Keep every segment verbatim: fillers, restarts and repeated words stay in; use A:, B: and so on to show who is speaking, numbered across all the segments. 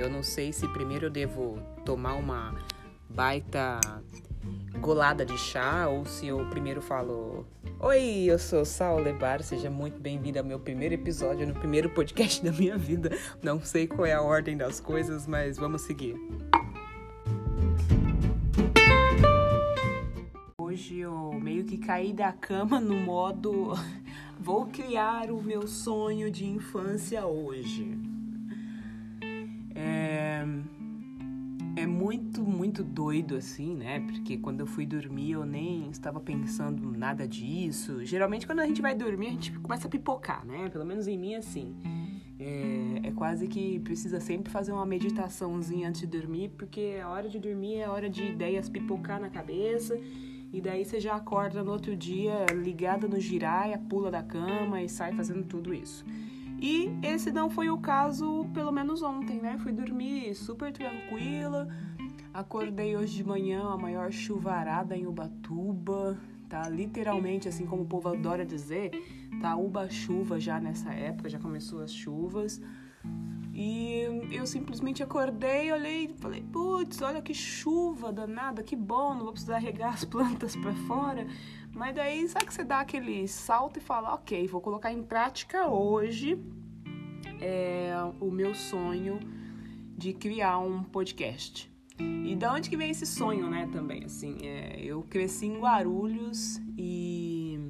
A: eu não sei se primeiro eu devo tomar uma baita golada de chá ou se eu primeiro falo: Oi, eu sou Saul Lebar, seja muito bem-vindo ao meu primeiro episódio, no primeiro podcast da minha vida. Não sei qual é a ordem das coisas, mas vamos seguir. Hoje eu meio que caí da cama no modo vou criar o meu sonho de infância hoje. É, é muito, muito doido assim, né? Porque quando eu fui dormir eu nem estava pensando nada disso. Geralmente quando a gente vai dormir a gente começa a pipocar, né? Pelo menos em mim assim. É, é quase que precisa sempre fazer uma meditaçãozinha antes de dormir, porque a hora de dormir é a hora de ideias pipocar na cabeça. E daí você já acorda no outro dia ligada no giraia, pula da cama e sai fazendo tudo isso. E esse não foi o caso, pelo menos ontem, né? Fui dormir super tranquila, acordei hoje de manhã, a maior chuvarada em Ubatuba, tá? Literalmente, assim como o povo adora dizer, tá uba-chuva já nessa época, já começou as chuvas. E eu simplesmente acordei, olhei e falei, putz, olha que chuva danada, que bom, não vou precisar regar as plantas pra fora. Mas daí, sabe que você dá aquele salto e fala, ok, vou colocar em prática hoje é, o meu sonho de criar um podcast. E da onde que vem esse sonho, né, também, assim, é, eu cresci em Guarulhos e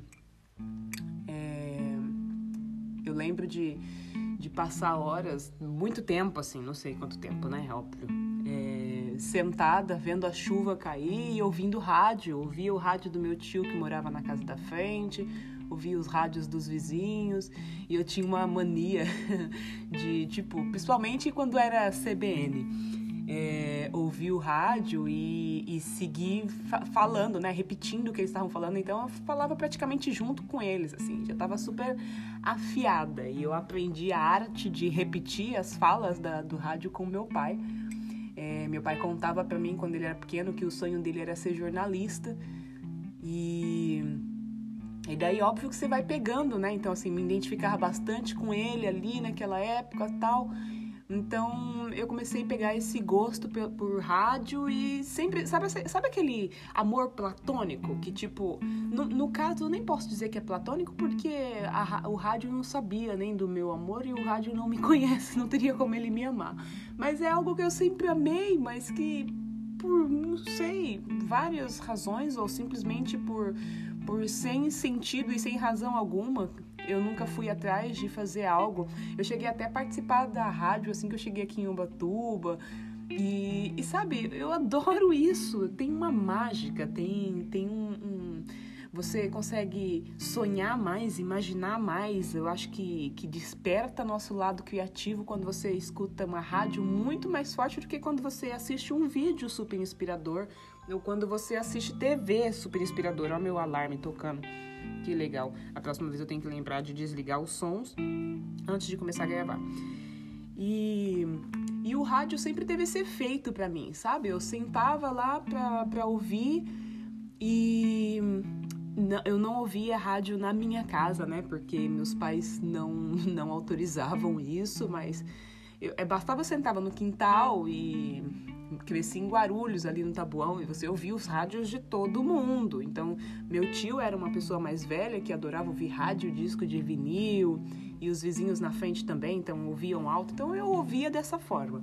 A: é, eu lembro de... de passar horas, muito tempo, assim, não sei quanto tempo, né, óbvio, é, sentada, vendo a chuva cair e ouvindo rádio, ouvia o rádio do meu tio que morava na casa da frente, ouvia os rádios dos vizinhos, e eu tinha uma mania de, tipo, principalmente quando era C B N, É, ouvir o rádio e, e seguir fa- falando, né, repetindo o que eles estavam falando, então eu falava praticamente junto com eles, assim, já estava super afiada, e eu aprendi a arte de repetir as falas da, do rádio com meu pai. É, meu pai contava para mim quando ele era pequeno que o sonho dele era ser jornalista, e, e daí óbvio que você vai pegando, né, então assim, me identificava bastante com ele ali naquela época e tal. Então, eu comecei a pegar esse gosto por, por rádio e sempre... Sabe, sabe aquele amor platônico? Que, tipo... No, no caso, eu nem posso dizer que é platônico porque a, o rádio não sabia nem do meu amor e o rádio não me conhece, não teria como ele me amar. Mas é algo que eu sempre amei, mas que por, não sei, várias razões ou simplesmente por, por sem sentido e sem razão alguma... Eu nunca fui atrás de fazer algo. Eu cheguei até a participar da rádio, assim que eu cheguei aqui em Ubatuba. E, e sabe, eu adoro isso. Tem uma mágica, tem, tem um, um... Você consegue sonhar mais, imaginar mais. Eu acho que, que desperta nosso lado criativo quando você escuta uma rádio muito mais forte do que quando você assiste um vídeo super inspirador ou quando você assiste T V super inspirador. Olha o meu alarme tocando. Que legal. A próxima vez eu tenho que lembrar de desligar os sons antes de começar a gravar. E, e o rádio sempre teve esse efeito pra mim, sabe? Eu sentava lá pra, pra ouvir e não, eu não ouvia rádio na minha casa, né? Porque meus pais não, não autorizavam isso, mas eu, é, bastava eu sentava no quintal e... Cresci em Guarulhos, ali no Taboão, e você ouvia os rádios de todo mundo. Então, meu tio era uma pessoa mais velha que adorava ouvir rádio, disco de vinil, e os vizinhos na frente também, então ouviam alto. Então, eu ouvia dessa forma.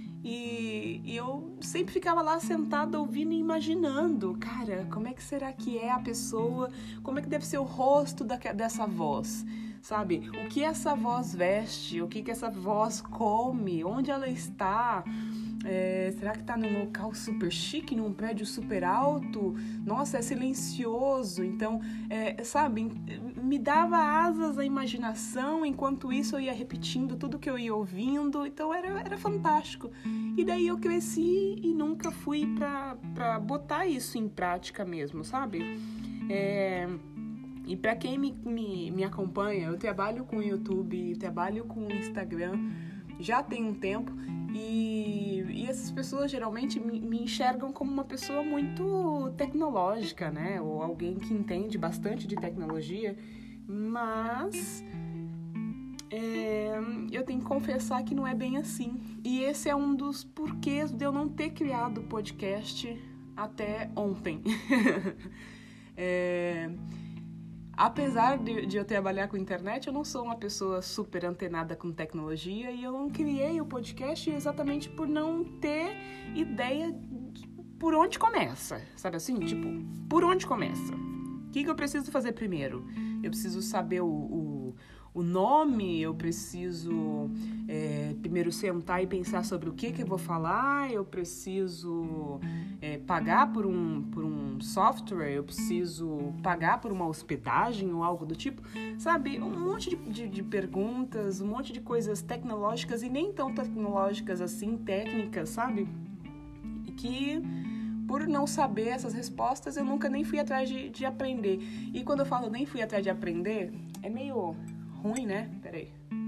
A: E, e eu sempre ficava lá sentada ouvindo e imaginando, cara, como é que será que é a pessoa, como é que deve ser o rosto da, dessa voz, sabe? O que essa voz veste, o que, que essa voz come, onde ela está... É, será que tá num local super chique, num prédio super alto? Nossa, é silencioso. Então, é, sabe, me dava asas à imaginação. Enquanto isso, eu ia repetindo tudo que eu ia ouvindo. Então, era, era fantástico. E daí eu cresci e nunca fui pra, pra botar isso em prática mesmo, sabe? É... E pra quem me, me, me acompanha, eu trabalho com YouTube, trabalho com Instagram, já tem um tempo. E, e essas pessoas geralmente me, me enxergam como uma pessoa muito tecnológica, né? Ou alguém que entende bastante de tecnologia, mas é, eu tenho que confessar que não é bem assim. E esse é um dos porquês de eu não ter criado o podcast até ontem. é, apesar de, de eu trabalhar com internet, eu não sou uma pessoa super antenada com tecnologia e eu não criei o podcast exatamente por não ter ideia de por onde começa, sabe assim? Tipo, por onde começa? O que, que eu preciso fazer primeiro? Eu preciso saber o, o, o nome, eu preciso é, primeiro sentar e pensar sobre o que, que eu vou falar, eu preciso é, pagar por um, por um software, eu preciso pagar por uma hospedagem ou algo do tipo, sabe? Um monte de, de, de perguntas, um monte de coisas tecnológicas e nem tão tecnológicas assim, técnicas, sabe? E que... por não saber essas respostas, eu nunca nem fui atrás de, de aprender. E quando eu falo nem fui atrás de aprender, é meio ruim, né? Peraí.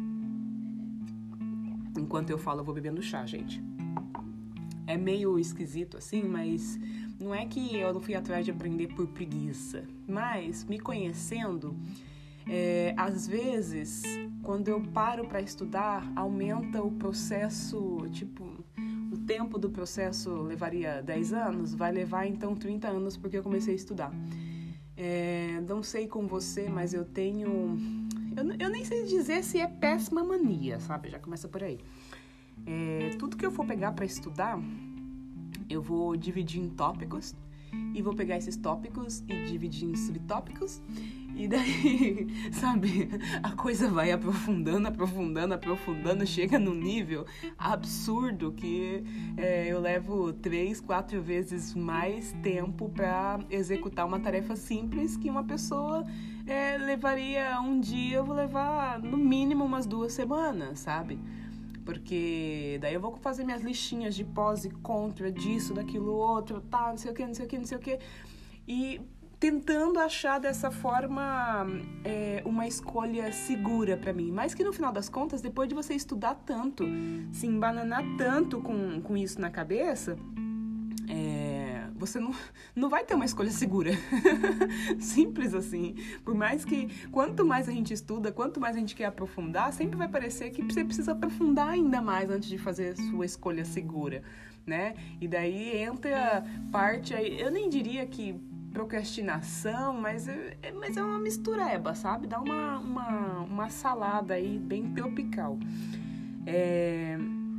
A: Enquanto eu falo, eu vou bebendo chá, gente. É meio esquisito, assim, mas não é que eu não fui atrás de aprender por preguiça. Mas, me conhecendo, é, às vezes, quando eu paro para estudar, aumenta o processo, tipo... O tempo do processo levaria dez anos, vai levar então trinta anos porque eu comecei a estudar. É, não sei com você, mas eu tenho... Eu, eu nem sei dizer se é péssima mania, sabe? Já começa por aí. É, tudo que eu for pegar para estudar, eu vou dividir em tópicos e vou pegar esses tópicos e dividir em subtópicos. E daí, sabe, a coisa vai aprofundando, aprofundando, aprofundando, chega num nível absurdo que é, eu levo três, quatro vezes mais tempo para executar uma tarefa simples que uma pessoa é, levaria um dia, eu vou levar no mínimo umas duas semanas, sabe? Porque daí eu vou fazer minhas listinhas de pós e contra, disso, daquilo, outro, tá, não sei o que, não sei o que, não sei o que. E... tentando achar dessa forma é, uma escolha segura pra mim. Mas que no final das contas, depois de você estudar tanto, se embananar tanto com, com isso na cabeça, é, você não, não vai ter uma escolha segura. Simples assim. Por mais que, quanto mais a gente estuda, quanto mais a gente quer aprofundar, sempre vai parecer que você precisa aprofundar ainda mais antes de fazer a sua escolha segura, né? E daí entra parte aí, eu nem diria que procrastinação, mas é, mas é uma mistureba, sabe? Dá uma, uma, uma salada aí bem tropical. É,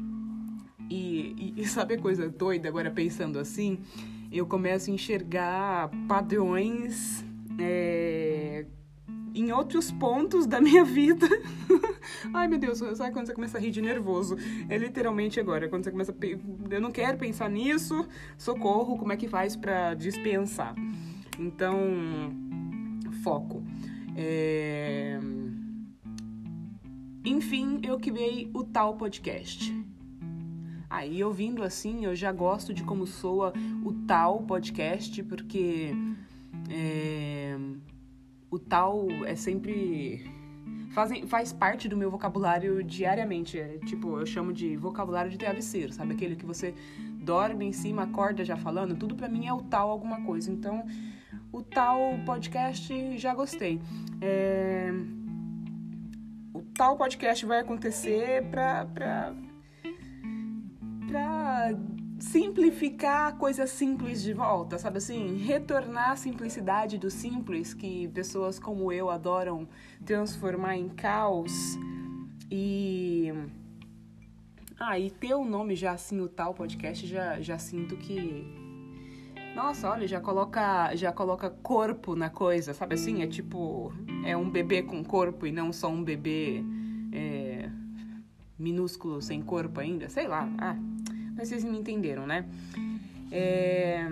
A: e, e sabe a coisa doida agora pensando assim? Eu começo a enxergar padrões é, em outros pontos da minha vida. Ai, meu Deus, sabe quando você começa a rir de nervoso? É literalmente agora, quando você começa a... Pe... Eu não quero pensar nisso, socorro, como é que faz pra dispensar? Então, foco. É... Enfim, eu criei o tal podcast. Aí, ouvindo assim, eu já gosto de como soa o tal podcast, porque é... o tal é sempre... Fazem, faz parte do meu vocabulário diariamente. É, tipo, eu chamo de vocabulário de travesseiro, sabe? Aquele que você dorme em cima, acorda já falando. Tudo pra mim é o tal alguma coisa. Então, o tal podcast, já gostei. É... O tal podcast vai acontecer pra... pra... pra simplificar coisas simples de volta, sabe assim? Retornar a simplicidade do simples, que pessoas como eu adoram transformar em caos. E... Ah, e ter o nome já assim, o tal podcast, já, já sinto que... Nossa, olha, já coloca, já coloca corpo na coisa, sabe assim? É tipo, é um bebê com corpo e não só um bebê é, minúsculo, sem corpo ainda, sei lá, ah... Mas vocês me entenderam, né? É...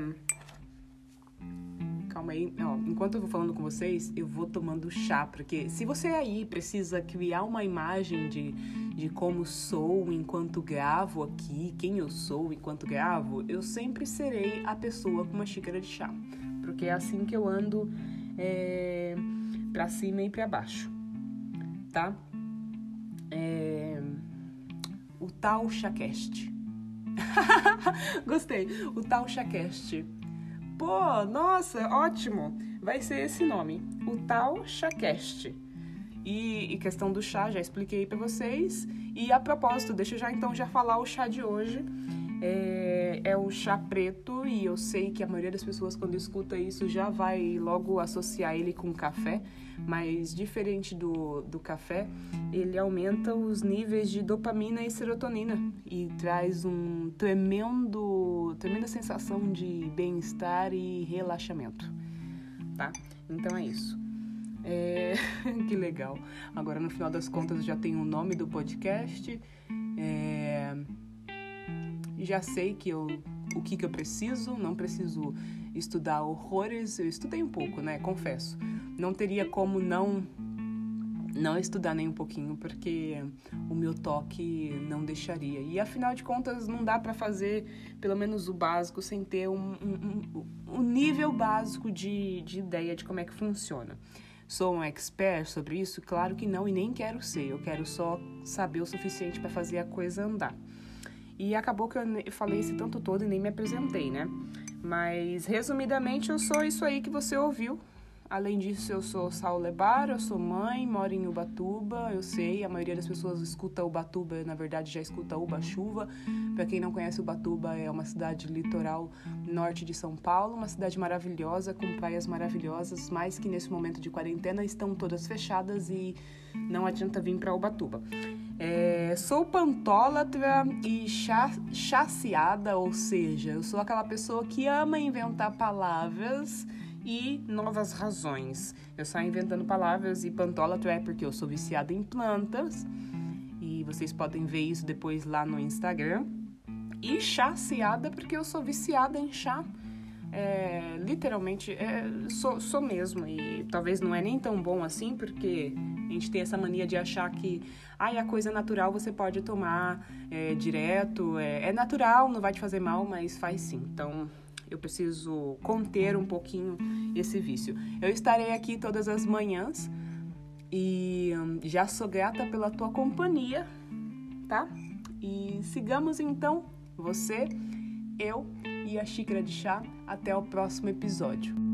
A: Calma aí. Ó, enquanto eu vou falando com vocês, eu vou tomando chá. Porque se você aí precisa criar uma imagem de, de como sou enquanto gravo aqui, quem eu sou enquanto gravo, eu sempre serei a pessoa com uma xícara de chá. Porque é assim que eu ando é, pra cima e pra baixo. Tá? É... O tal ChaCast. Gostei, o tal ChaCast. Pô, nossa, ótimo. Vai ser esse nome, o tal ChaCast. E, e questão do chá, já expliquei para vocês. E a propósito, deixa eu já então já falar o chá de hoje. É, é o chá preto, e eu sei que a maioria das pessoas, quando escuta isso, já vai logo associar ele com café, mas diferente do, do café, ele aumenta os níveis de dopamina e serotonina e traz um tremendo, tremenda sensação de bem-estar e relaxamento, tá? Então é isso. É... que legal. Agora, no final das contas, já tem o nome do podcast. É... Já sei que eu, o que, que eu preciso, não preciso estudar horrores. Eu estudei um pouco, né? Confesso. Não teria como não, não estudar nem um pouquinho, porque o meu toque não deixaria. E, afinal de contas, não dá para fazer pelo menos o básico sem ter um, um, um, um nível básico de, de ideia de como é que funciona. Sou um expert sobre isso? Claro que não, e nem quero ser. Eu quero só saber o suficiente para fazer a coisa andar. E acabou que eu falei esse tanto todo e nem me apresentei, né? Mas, resumidamente, eu sou isso aí que você ouviu. Além disso, eu sou Saulebar, eu sou mãe, moro em Ubatuba, eu sei, a maioria das pessoas escuta Ubatuba, na verdade já escuta Uba-chuva. Para quem não conhece, Ubatuba é uma cidade litoral norte de São Paulo, uma cidade maravilhosa, com praias maravilhosas, mas que nesse momento de quarentena estão todas fechadas e não adianta vir para Ubatuba. É, sou pantólatra e cha- chaciada, ou seja, eu sou aquela pessoa que ama inventar palavras e novas razões. Eu saio inventando palavras, e pantólatra é porque eu sou viciada em plantas, e vocês podem ver isso depois lá no Instagram. E chaciada porque eu sou viciada em chá. É, literalmente, é, sou, sou mesmo, e talvez não é nem tão bom assim, porque a gente tem essa mania de achar que ai, a coisa natural você pode tomar é, direto, é, é natural, não vai te fazer mal, mas faz sim. Então, eu preciso conter um pouquinho esse vício. Eu estarei aqui todas as manhãs e hum, já sou grata pela tua companhia, tá? E sigamos então, você, eu e a xícara de chá. Até o próximo episódio.